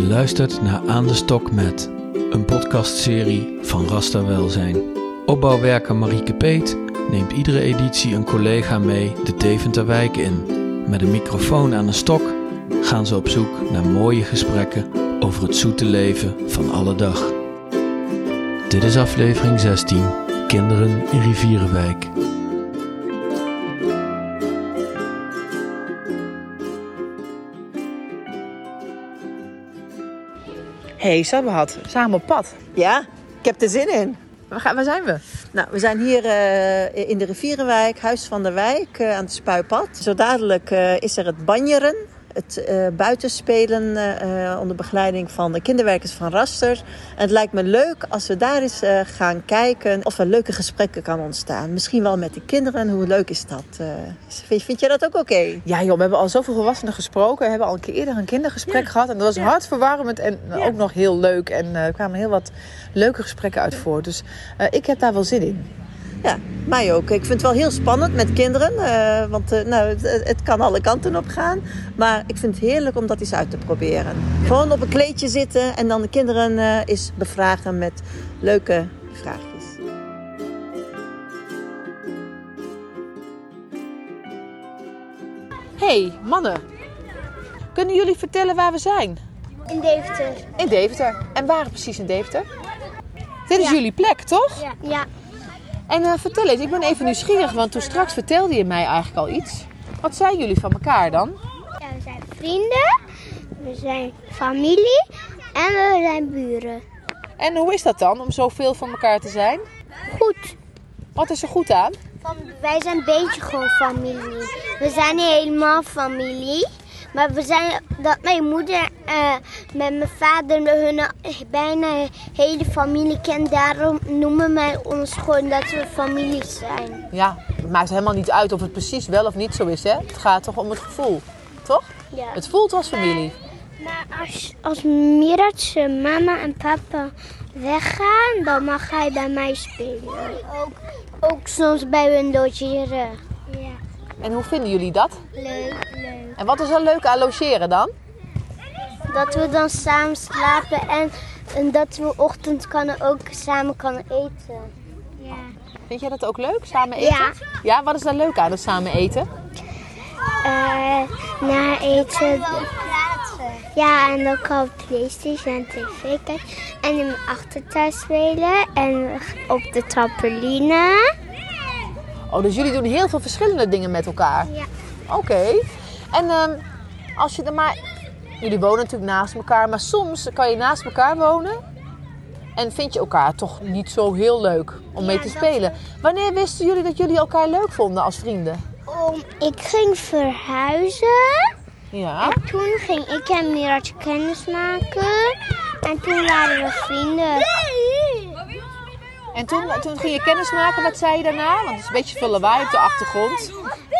luistert naar Aan de Stok met, een podcastserie van Rasta Welzijn. Opbouwwerker Marieke Peet neemt iedere editie een collega mee de Deventer-wijk in. Met een microfoon aan een stok gaan ze op zoek naar mooie gesprekken over het zoete leven van alle dag. Dit is aflevering 16, Kinderen in Rivierenwijk. Hey Sabahat, samen op pad. Ja, ik heb er zin in. Waar zijn we? Nou, we zijn hier in de Rivierenwijk, Huis van der Wijk, aan het Spuipad. Zo dadelijk is er het banjeren, het buitenspelen onder begeleiding van de kinderwerkers van Raster. En het lijkt me leuk als we daar eens gaan kijken of er leuke gesprekken kan ontstaan. Misschien wel met de kinderen, hoe leuk is dat? Vind jij dat ook oké? Ja joh, we hebben al zoveel volwassenen gesproken. We hebben al een keer eerder een kindergesprek gehad. En dat was hartverwarmend en ook nog heel leuk. En er kwamen heel wat leuke gesprekken uit voort. Dus ik heb daar wel zin in. Ja, mij ook. Ik vind het wel heel spannend met kinderen. Want het kan alle kanten op gaan. Maar ik vind het heerlijk om dat eens uit te proberen. Gewoon op een kleedje zitten en dan de kinderen eens bevragen met leuke vraagjes. Hey mannen, kunnen jullie vertellen waar we zijn? In Deventer. In Deventer. En waar precies in Deventer? Dit is jullie plek, toch? Ja. En vertel eens, ik ben even nieuwsgierig, want toen straks vertelde je mij eigenlijk al iets. Wat zijn jullie van elkaar dan? Ja, we zijn vrienden, we zijn familie en we zijn buren. En hoe is dat dan, om zoveel van elkaar te zijn? Goed. Wat is er goed aan? Wij zijn een beetje gewoon familie. We zijn niet helemaal familie. Maar we zijn dat mijn moeder met mijn vader hun bijna hele familie kent. Daarom noemen wij ons gewoon dat we familie zijn. Ja, het maakt helemaal niet uit of het precies wel of niet zo is, hè? Het gaat toch om het gevoel, toch? Ja. Het voelt als familie. Maar als Mira's mama en papa weggaan, dan mag hij bij mij spelen. Ook soms bij hun logeren. Ja. En hoe vinden jullie dat? Leuk. En wat is er leuk aan logeren dan? Dat we dan samen slapen en dat we ochtend ook samen kunnen eten. Ja. Vind jij dat ook leuk, samen eten? Ja. Ja, wat is er leuk aan het samen eten? Na eten. Ja, en ook al PlayStation en tv kijken. En in mijn achtertuin spelen en op de trampoline. Oh, dus jullie doen heel veel verschillende dingen met elkaar? Ja. Oké. En als je dan maar... Jullie wonen natuurlijk naast elkaar, maar soms kan je naast elkaar wonen en vind je elkaar toch niet zo heel leuk om mee te spelen. Wanneer wisten jullie dat jullie elkaar leuk vonden als vrienden? Ik ging verhuizen. Ja. En toen ging ik en Mira's kennis maken. En toen waren we vrienden. En toen ging je kennis maken, wat zei je daarna? Want het is een beetje veel lawaai op de achtergrond.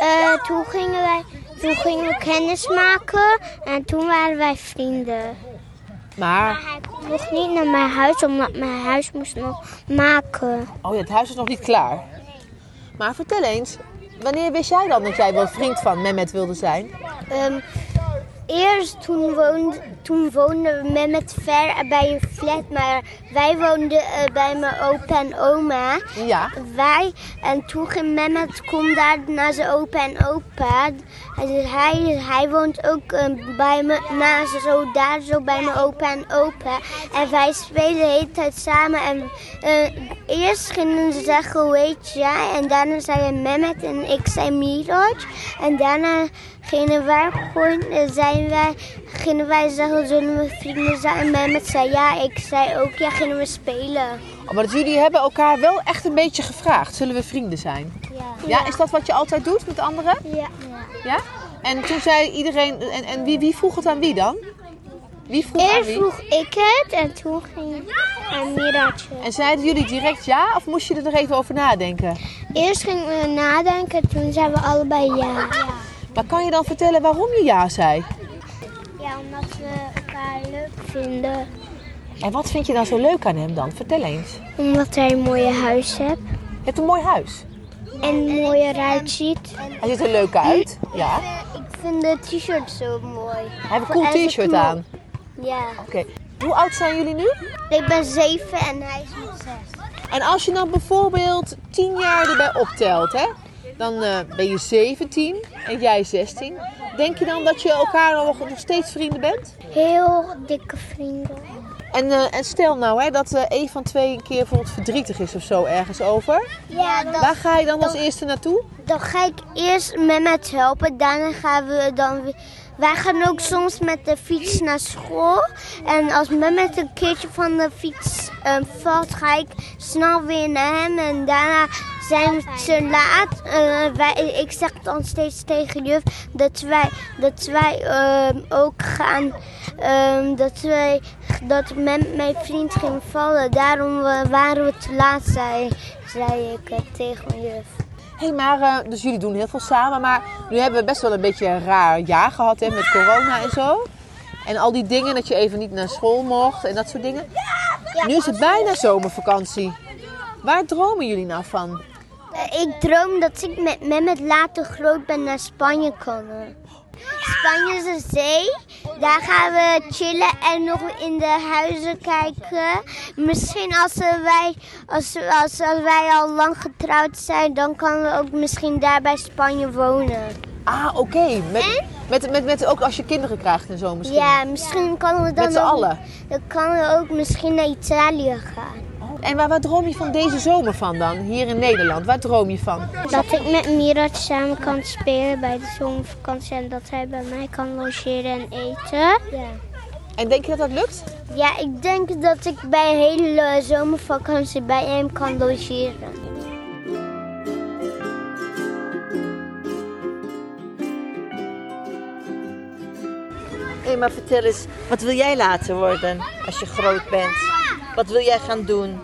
Toen gingen we kennis maken en toen waren wij vrienden. Maar Hij kon nog niet naar mijn huis, omdat mijn huis moest nog maken. oh ja, het huis is nog niet klaar. Maar vertel eens, wanneer wist jij dan dat jij wel vriend van Mehmet wilde zijn? Eerst toen woonden we Mehmet ver bij een flat, maar wij woonden bij mijn opa en oma. Ja. En toen ging Mehmet daar naar zijn opa en opa. Dus hij woont ook bij me, daar zo bij mijn opa en opa. En wij spelen de hele tijd samen. En eerst gingen ze zeggen, hoe heet jij? En daarna zei Mehmet en ik zei Miraj. En daarna gingen wij zeggen, zullen we vrienden zijn? En Mehmet zei ja, ik zei ook ja, gingen we spelen. Oh, maar dus jullie hebben elkaar wel echt een beetje gevraagd, zullen we vrienden zijn? Ja, is dat wat je altijd doet met anderen? Ja? En toen zei iedereen, en wie vroeg het aan wie dan? Wie vroeg aan Eerst wie? vroeg ik het en toen ging aan Miraatje. En zeiden jullie direct ja of moest je er nog even over nadenken? Eerst gingen we nadenken, toen zeiden we allebei ja. Maar kan je dan vertellen waarom je ja zei? Ja, omdat we elkaar leuk vinden. En wat vind je nou zo leuk aan hem dan? Vertel eens. Omdat hij een mooie huis heeft. Je hebt een mooi huis. En mooi eruit ziet. Hij ziet er leuk uit. Ja. Ik vind de t-shirt zo mooi. Hij heeft een cool t-shirt aan. Ja. Oké. Hoe oud zijn jullie nu? Ik ben 7 en hij is nog 6. En als je dan bijvoorbeeld 10 jaar erbij optelt, hè? Dan ben je 17 en jij 16. Denk je dan dat je elkaar nog steeds vrienden bent? Heel dikke vrienden. En stel nou hè, dat een van twee een keer bijvoorbeeld verdrietig is of zo ergens over. Ja, Waar ga je dan als eerste naartoe? dan ga ik eerst Mehmet helpen. Daarna gaan we dan weer... Wij gaan ook soms met de fiets naar school. En als Mehmet een keertje van de fiets valt, ga ik snel weer naar hem. En daarna zijn we te laat. Ik zeg dan steeds tegen juf dat wij ook gaan... dat mijn vriend ging vallen. Daarom waren we te laat, zei ik tegen juf. Hé, maar dus jullie doen heel veel samen, maar nu hebben we best wel een beetje een raar jaar gehad hè, met corona en zo. En al die dingen, dat je even niet naar school mocht en dat soort dingen. Nu is het bijna zomervakantie. Waar dromen jullie nou van? Ik droom dat ik met Mehmet later groot ben naar Spanje kan. Spanje is een zee. Daar gaan we chillen en nog in de huizen kijken. Misschien als wij al lang getrouwd zijn, dan kunnen we ook misschien daar bij Spanje wonen. Ah, oké. Met ook als je kinderen krijgt en zo misschien. Ja, misschien kunnen we dan Met z'n allen. Dan kunnen we ook misschien naar Italië gaan. En waar droom je van deze zomer van dan? Hier in Nederland, waar droom je van? Dat ik met Mirac samen kan spelen bij de zomervakantie en dat hij bij mij kan logeren en eten. Ja. En denk je dat dat lukt? Ja, ik denk dat ik bij een hele zomervakantie bij hem kan logeren. Hé, maar vertel eens, wat wil jij later worden als je groot bent? Wat wil jij gaan doen?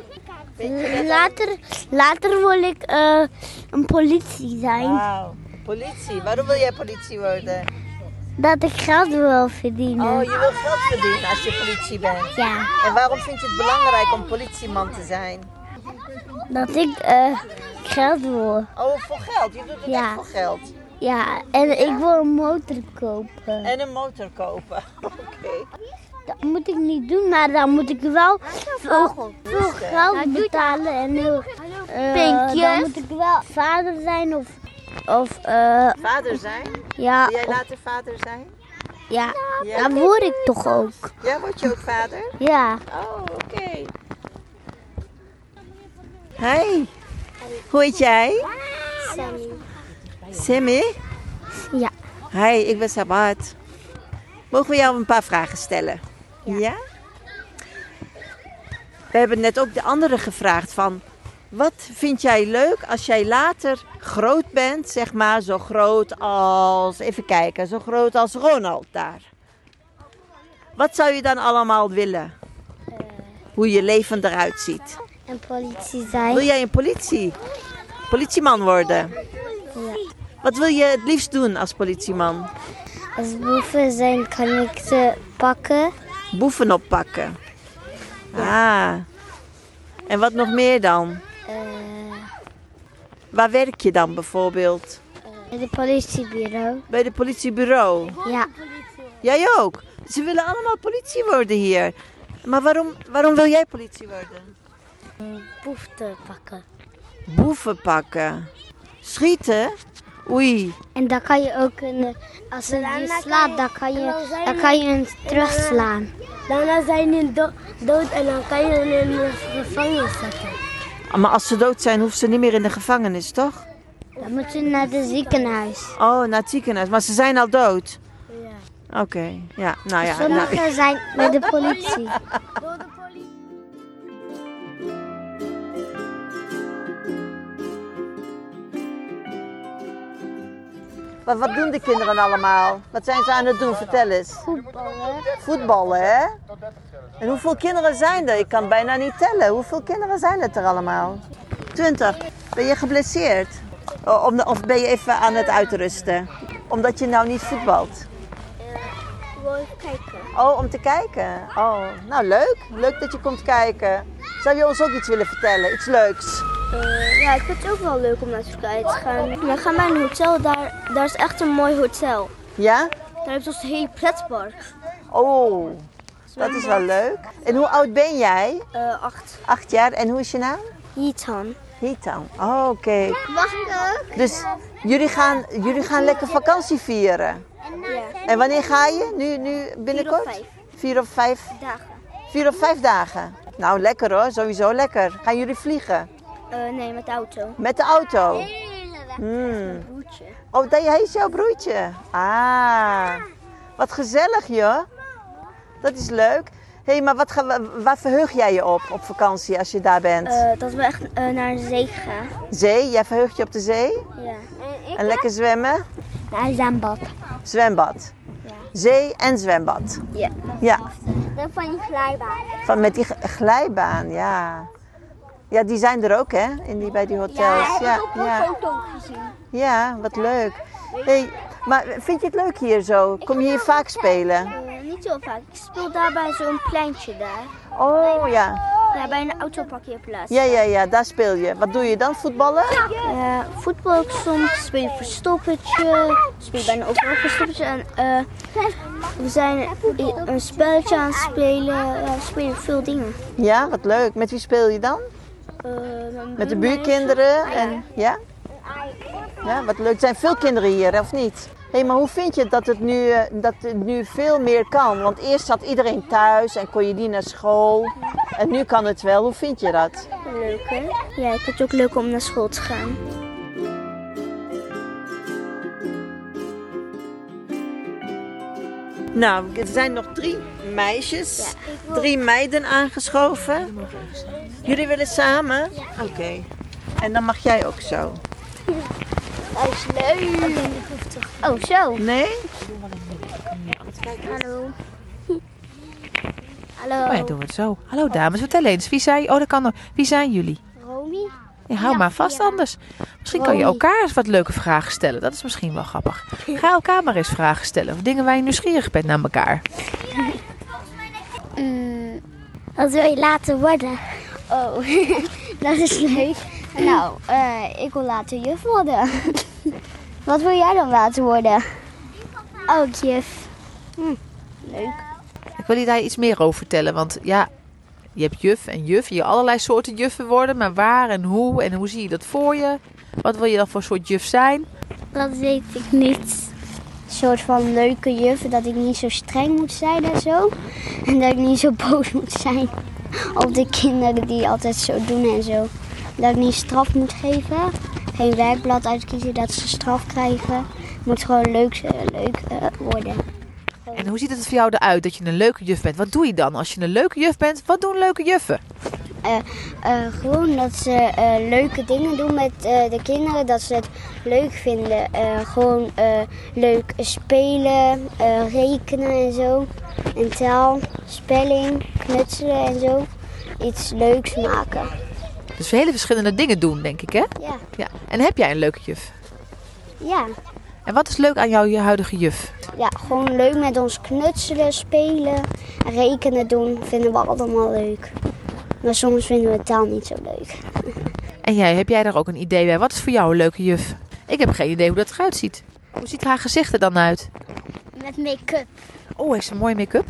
Later wil ik een politie zijn. Wauw, politie. Waarom wil jij politie worden? Dat ik geld wil verdienen. Oh, je wil geld verdienen als je politie bent. Ja. En waarom vind je het belangrijk om politieman te zijn? Dat ik geld wil. Oh, voor geld? Je doet het echt voor geld? Ja, en ik wil een motor kopen. En een motor kopen. Oké. Dat moet ik niet doen, maar dan moet ik wel veel geld betalen. En dan moet ik wel vader zijn of Vader zijn? ja, Wil jij later vader zijn? ja, dat word ik toch ook. Ja, word je ook vader? Ja. Oh, oké. Hey, hoe heet jij? Sammy. Sammy? Ja. Hi, ik ben Sabat. Mogen we jou een paar vragen stellen? Ja? We hebben net ook de anderen gevraagd van... Wat vind jij leuk als jij later groot bent, zeg maar zo groot als... Even kijken, zo groot als Ronald daar. Wat zou je dan allemaal willen? Hoe je leven eruit ziet. En politie zijn. Wil jij een politieman worden? Ja. Wat wil je het liefst doen als politieman? Als boeven zijn kan ik ze pakken. Boeven oppakken. Ah. En wat nog meer dan? Waar werk je dan bijvoorbeeld? Bij het politiebureau. Bij het politiebureau? Ja. Jij ook? Ze willen allemaal politie worden hier. Maar waarom wil jij politie worden? Boef te pakken. Boeven pakken. Schieten? Oei. En dan kan je ook, als ze je slaat, dan kan je hem terugslaan. Daarna zijn ze dood en dan kan je hem in de gevangenis zetten. Maar als ze dood zijn, hoeven ze niet meer in de gevangenis, toch? Dan moeten ze naar het ziekenhuis. Oh, naar het ziekenhuis. Maar ze zijn al dood? Ja. Oké. Ja, nou ja. Sommigen zijn bij de politie. Maar wat doen de kinderen allemaal? Wat zijn ze aan het doen? Vertel eens. Voetballen. Voetballen, hè? En hoeveel kinderen zijn er? Ik kan bijna niet tellen. Hoeveel kinderen zijn het er allemaal? 20. Ben je geblesseerd? Of ben je even aan het uitrusten? Omdat je nou niet voetbalt? Wil even kijken. Oh, om te kijken? Oh, nou leuk. Leuk dat je komt kijken. Zou je ons ook iets willen vertellen? Iets leuks? Ja, ik vind het ook wel leuk om naar Turkije te gaan. We gaan naar een hotel, daar is echt een mooi hotel. Ja? Daar heeft ons een heel pretpark. Oh, dat is wel leuk. En hoe oud ben jij? 8. 8 jaar. En hoe is je naam? Hitan. Hitan. Oh, oké. Mag ik ook? Dus jullie gaan lekker vakantie vieren. Ja. En wanneer ga je? Nu binnenkort? 4 of 5 dagen. 4 of 5 dagen. Nou, lekker hoor. Sowieso lekker. Gaan jullie vliegen? Nee, met de auto. Met de auto? Broertje. Oh, hij is jouw broertje. Ah, wat gezellig joh. Dat is leuk. Hé, maar waar verheug jij je op vakantie als je daar bent? Dat we echt naar de zee gaan. Zee? Jij verheugt je op de zee? Ja. En lekker zwemmen? Naar een zwembad. Zwembad? Ja. Zee en zwembad? Ja. Ja, Dat van die glijbaan. met die glijbaan, ja. Ja, die zijn er ook hè, bij die hotels. heb ik ook wel ja. foto gezien. Ja, wat leuk. Hey, maar vind je het leuk hier zo? Kom je hier vaak spelen? Niet zo vaak. Ik speel daar bij zo'n pleintje daar. Oh ja. Ja, bij een autoparkeerplaats. Ja, daar speel je. Wat doe je dan? Voetballen? Voetbal ook soms, speel je verstoppertje, speel bijna ook wel verstoppertje. En we zijn een spelletje aan het spelen, we spelen veel dingen. Ja, wat leuk. Met wie speel je dan? Met de buurkinderen? En, ja? Ja, wat leuk. Er zijn veel kinderen hier, of niet? Hé, maar hoe vind je dat het nu veel meer kan? Want eerst zat iedereen thuis en kon je niet naar school. En nu kan het wel. Hoe vind je dat? Leuk hè? Ja, ik vind het ook leuk om naar school te gaan. Nou, er zijn nog 3 meisjes, 3 meiden aangeschoven. Jullie willen samen? Ja. Oké. En dan mag jij ook zo. Dat is leuk. Oh, zo. Nee? Hallo. Hallo. Oh ja, doen we het zo. Hallo dames, vertel eens. Wie zijn jullie? Romy? Ja, hou maar vast anders. Misschien kan je elkaar eens wat leuke vragen stellen. Dat is misschien wel grappig. Ga elkaar maar eens vragen stellen. Of dingen waar je nieuwsgierig bent naar elkaar. Wat wil je later worden? Oh, dat is leuk. Nou, ik wil later juf worden. Wat wil jij dan later worden? Ook juf. Leuk. Ik wil je daar iets meer over vertellen. Want ja, je hebt juf en juf. Je allerlei soorten juffen worden. Maar waar en hoe zie je dat voor je? Wat wil je dan voor soort juf zijn? Dat weet ik niet. Een soort van leuke juf. Dat ik niet zo streng moet zijn en zo. En dat ik niet zo boos moet zijn op de kinderen die altijd zo doen en zo. Dat ik niet straf moet geven. Geen werkblad uitkiezen dat ze straf krijgen. Het moet gewoon leuk worden. En hoe ziet het voor jou eruit dat je een leuke juf bent? Wat doe je dan als je een leuke juf bent? Wat doen leuke juffen? Gewoon dat ze leuke dingen doen met de kinderen. Dat ze het leuk vinden. Gewoon leuk spelen, rekenen en zo. En taal, spelling, knutselen en zo. Iets leuks maken. Dus hele verschillende dingen doen, denk ik, hè? Ja. En heb jij een leuke juf? Ja. En wat is leuk aan jouw huidige juf? Ja, gewoon leuk met ons knutselen, spelen en rekenen doen vinden we allemaal leuk. Maar soms vinden we taal niet zo leuk. En heb jij daar ook een idee bij? Wat is voor jou een leuke juf? Ik heb geen idee hoe dat eruit ziet. Hoe ziet haar gezicht er dan uit? Met make-up. Oh, heeft ze een mooie make-up?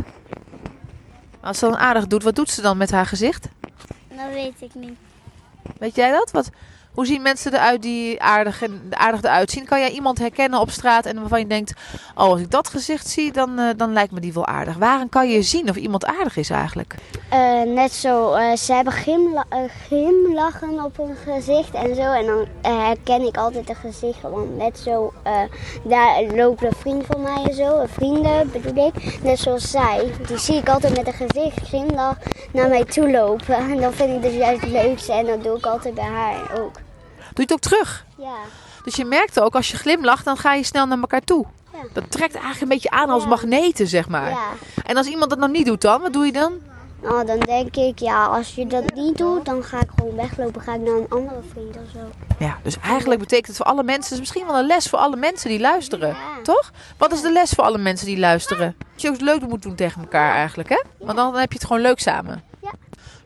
Als ze dan aardig doet, wat doet ze dan met haar gezicht? Dat weet ik niet. Weet jij dat? Hoe zien mensen eruit die aardig eruit zien? Kan jij iemand herkennen op straat en waarvan je denkt... oh, als ik dat gezicht zie, dan lijkt me die wel aardig. Waarom kan je zien of iemand aardig is eigenlijk? Net zo, ze hebben glimlachen op hun gezicht en zo. En dan herken ik altijd de gezichten. Want net zo, daar lopen een vriend van mij en zo. Vrienden bedoel ik. Net zoals zij. Die zie ik altijd met een gezicht glimlach naar mij toe lopen. En dat vind ik dus juist het leukste. En dat doe ik altijd bij haar ook. Doe je het ook terug? Ja. Dus je merkt ook, als je glimlacht, dan ga je snel naar elkaar toe. Ja. Dat trekt eigenlijk een beetje aan als magneten, zeg maar. Ja. En als iemand dat nog niet doet dan, wat doe je dan? Nou, dan denk ik, ja, als je dat niet doet, dan ga ik gewoon weglopen. Ga ik naar een andere vriend of zo. Ja, dus eigenlijk betekent het voor alle mensen, het is misschien wel een les voor alle mensen die luisteren. Ja. Toch? Wat is de les voor alle mensen die luisteren? Dat je ook leuk moet doen tegen elkaar eigenlijk, hè? Want dan heb je het gewoon leuk samen. Ja.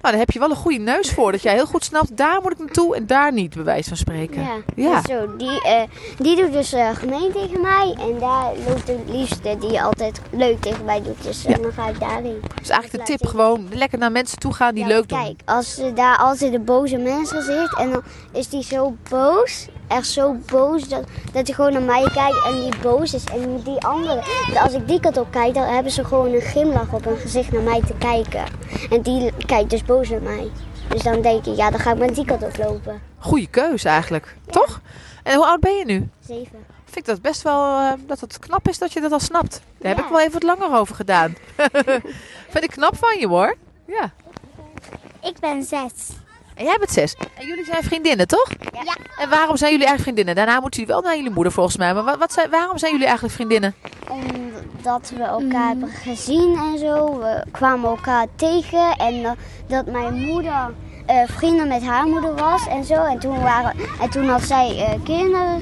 Nou, daar heb je wel een goede neus voor. Dat jij heel goed snapt, daar moet ik naartoe en daar niet, bij wijze van spreken. Ja. Zo, die doet dus gemeen tegen mij. En daar loopt de liefste die altijd leuk tegen mij doet. Dus dan ga ik daarheen. Dus eigenlijk de tip gewoon lekker naar mensen toe gaan die leuk doen. Kijk, als ze daar altijd de boze mensen zit en dan is die zo boos. Echt zo boos dat hij gewoon naar mij kijkt en die boos is. En die andere, als ik die kant op kijk, dan hebben ze gewoon een glimlach op hun gezicht naar mij te kijken. En die kijkt dus boos naar mij. Dus dan denk ik, dan ga ik met die kant op lopen. Goeie keus eigenlijk, toch? En hoe oud ben je nu? 7. Vind ik dat best wel dat het knap is dat je dat al snapt. Daar heb ik wel even wat langer over gedaan. Vind ik knap van je hoor. Ja. Ik ben 6. En jij bent 6. En jullie zijn vriendinnen, toch? Ja. En waarom zijn jullie eigenlijk vriendinnen? Daarna moeten jullie wel naar jullie moeder volgens mij. Maar waarom zijn jullie eigenlijk vriendinnen? Omdat we elkaar hebben gezien en zo. We kwamen elkaar tegen. En dat mijn moeder vrienden met haar moeder was en zo. En toen had zij kinderen.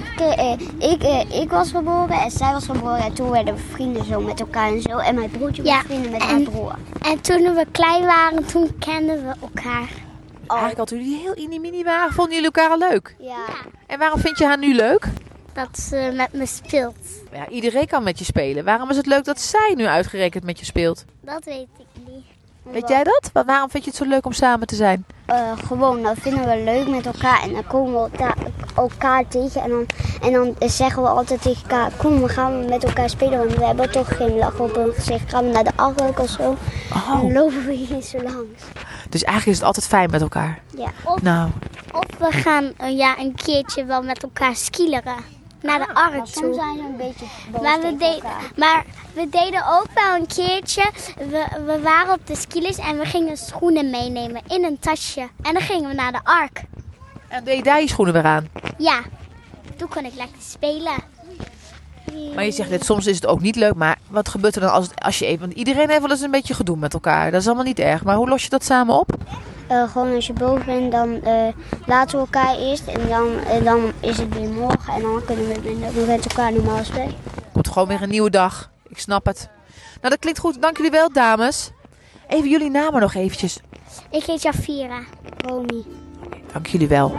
Ik was geboren en zij was geboren. En toen werden we vrienden zo met elkaar en zo. En mijn broertje was vrienden met haar broer. En toen we klein waren, toen kenden we elkaar. Eigenlijk had jullie heel inimini waren, vonden jullie elkaar al leuk? Ja. En waarom vind je haar nu leuk? Dat ze met me speelt. Ja, iedereen kan met je spelen. Waarom is het leuk dat zij nu uitgerekend met je speelt? Dat weet ik niet. Weet jij dat? Waarom vind je het zo leuk om samen te zijn? Gewoon, dat vinden we leuk met elkaar. En dan komen we elkaar tegen. En dan zeggen we altijd tegen elkaar, kom, we gaan met elkaar spelen. Want we hebben toch geen lach op hun gezicht. Gaan we naar de ark of zo. Oh. En dan lopen we hier zo langs. Dus eigenlijk is het altijd fijn met elkaar. Ja. Of we gaan een keertje wel met elkaar skileren. Naar de ark toe. Soms zijn ze een beetje boos maar we deden ook wel een keertje. We waren op de skilers en we gingen schoenen meenemen in een tasje. En dan gingen we naar de ark. En deed je daar je schoenen weer aan? Ja, toen kon ik lekker spelen. Maar je zegt net, soms is het ook niet leuk. Maar wat gebeurt er dan als je even... Want iedereen heeft wel eens een beetje gedoe met elkaar. Dat is allemaal niet erg. Maar hoe los je dat samen op? Gewoon als je boos bent, dan laten we elkaar eerst. En dan is het weer morgen. En dan kunnen we met elkaar normaal spelen. Komt gewoon weer een nieuwe dag. Ik snap het. Nou, dat klinkt goed. Dank jullie wel, dames. Even jullie namen nog eventjes. Ik heet Jafira. Romy. Dank jullie wel.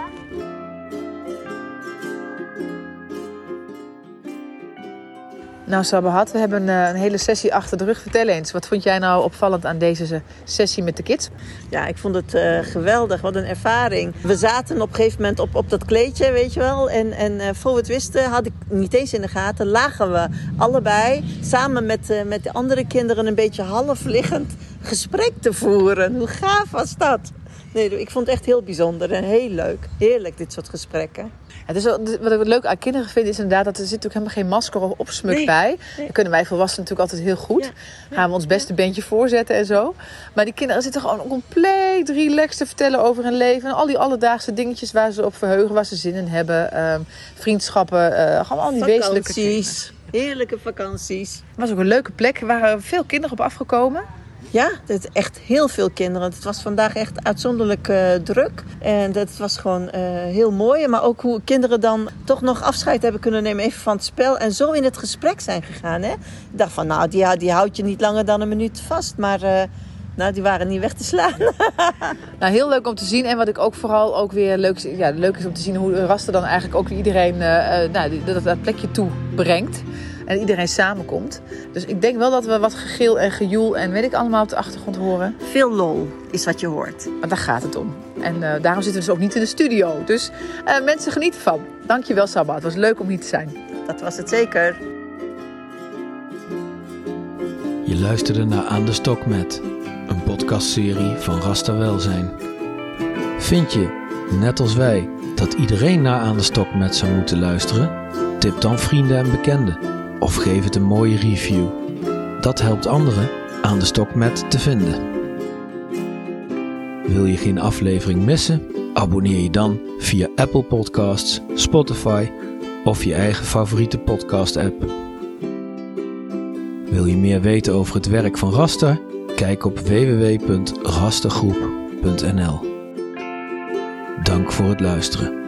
Nou, Sabahat, we hebben een hele sessie achter de rug. Vertel eens, wat vond jij nou opvallend aan deze sessie met de kids? Ja, ik vond het geweldig. Wat een ervaring. We zaten op een gegeven moment op dat kleedje, weet je wel. En voor we het wisten, had ik niet eens in de gaten, lagen we allebei samen met de andere kinderen een beetje halfliggend gesprek te voeren. Hoe gaaf was dat? Nee, ik vond het echt heel bijzonder en heel leuk. Heerlijk, dit soort gesprekken. Ja, dus wat ik leuk aan kinderen vind is inderdaad dat er zit ook helemaal geen masker of opsmuk bij. Dat kunnen wij volwassenen natuurlijk altijd heel goed. Ja. Gaan we ons beste bandje voorzetten en zo. Maar die kinderen zitten gewoon compleet relaxed te vertellen over hun leven. En al die alledaagse dingetjes waar ze op verheugen, waar ze zin in hebben. Vriendschappen, gewoon al die wezenlijke dingen. Heerlijke vakanties. Het was ook een leuke plek. Er waren veel kinderen op afgekomen. Ja, het echt heel veel kinderen. Het was vandaag echt uitzonderlijk druk. En dat was gewoon heel mooi. Maar ook hoe kinderen dan toch nog afscheid hebben kunnen nemen even van het spel. En zo in het gesprek zijn gegaan. Hè? Ik dacht van, nou, die houdt je niet langer dan een minuut vast. Maar die waren niet weg te slaan. Nou, heel leuk om te zien. En wat ik ook vooral ook weer leuk is om te zien hoe Raster dan eigenlijk ook weer iedereen dat plekje toe brengt. En iedereen samenkomt. Dus ik denk wel dat we wat gegil en gejoel en weet ik allemaal op de achtergrond horen. Veel lol is wat je hoort. Maar daar gaat het om. En daarom zitten we dus ook niet in de studio. Dus mensen genieten van. Dankjewel, Sabah. Het was leuk om hier te zijn. Dat was het zeker. Je luisterde naar Aan de Stok met, een podcastserie van Rasta Welzijn. Vind je, net als wij, dat iedereen naar Aan de Stok met zou moeten luisteren? Tip dan vrienden en bekenden. Of geef het een mooie review. Dat helpt anderen Aan de Stok met te vinden. Wil je geen aflevering missen? Abonneer je dan via Apple Podcasts, Spotify of je eigen favoriete podcast app. Wil je meer weten over het werk van Raster? Kijk op www.rastergroep.nl. Dank voor het luisteren.